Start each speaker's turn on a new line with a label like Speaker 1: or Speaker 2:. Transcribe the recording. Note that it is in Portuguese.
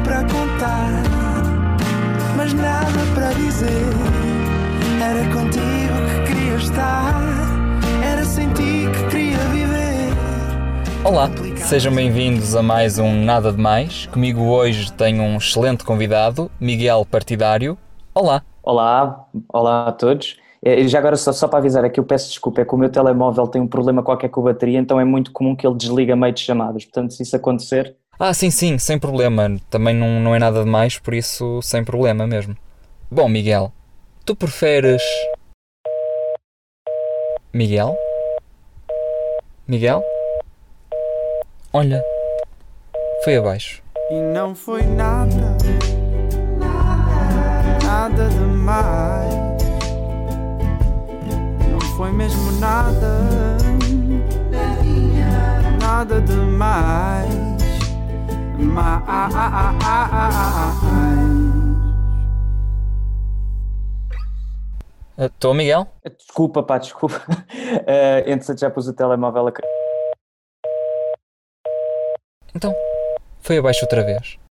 Speaker 1: para contar, mas nada para dizer. Era contigo que queria estar, era sem ti que queria viver.
Speaker 2: Olá, sejam bem-vindos a mais um Nada de Mais. Comigo hoje tenho um excelente convidado, Miguel Partidário. Olá.
Speaker 3: Olá a todos. Já agora só para avisar, é que eu peço desculpa, é que o meu telemóvel tem um problema qualquer com a bateria, então é muito comum que ele desliga meio de chamadas, portanto se isso acontecer...
Speaker 2: Sim, sem problema. Também não é nada demais, por isso sem problema mesmo. Bom, Miguel, tu preferes... Miguel? Miguel? Olha, foi abaixo.
Speaker 1: E não foi nada demais. Não foi mesmo nada demais.
Speaker 2: Estou, Miguel?
Speaker 3: Desculpa. Entretanto já pus o telemóvel a...
Speaker 2: Então, foi abaixo outra vez.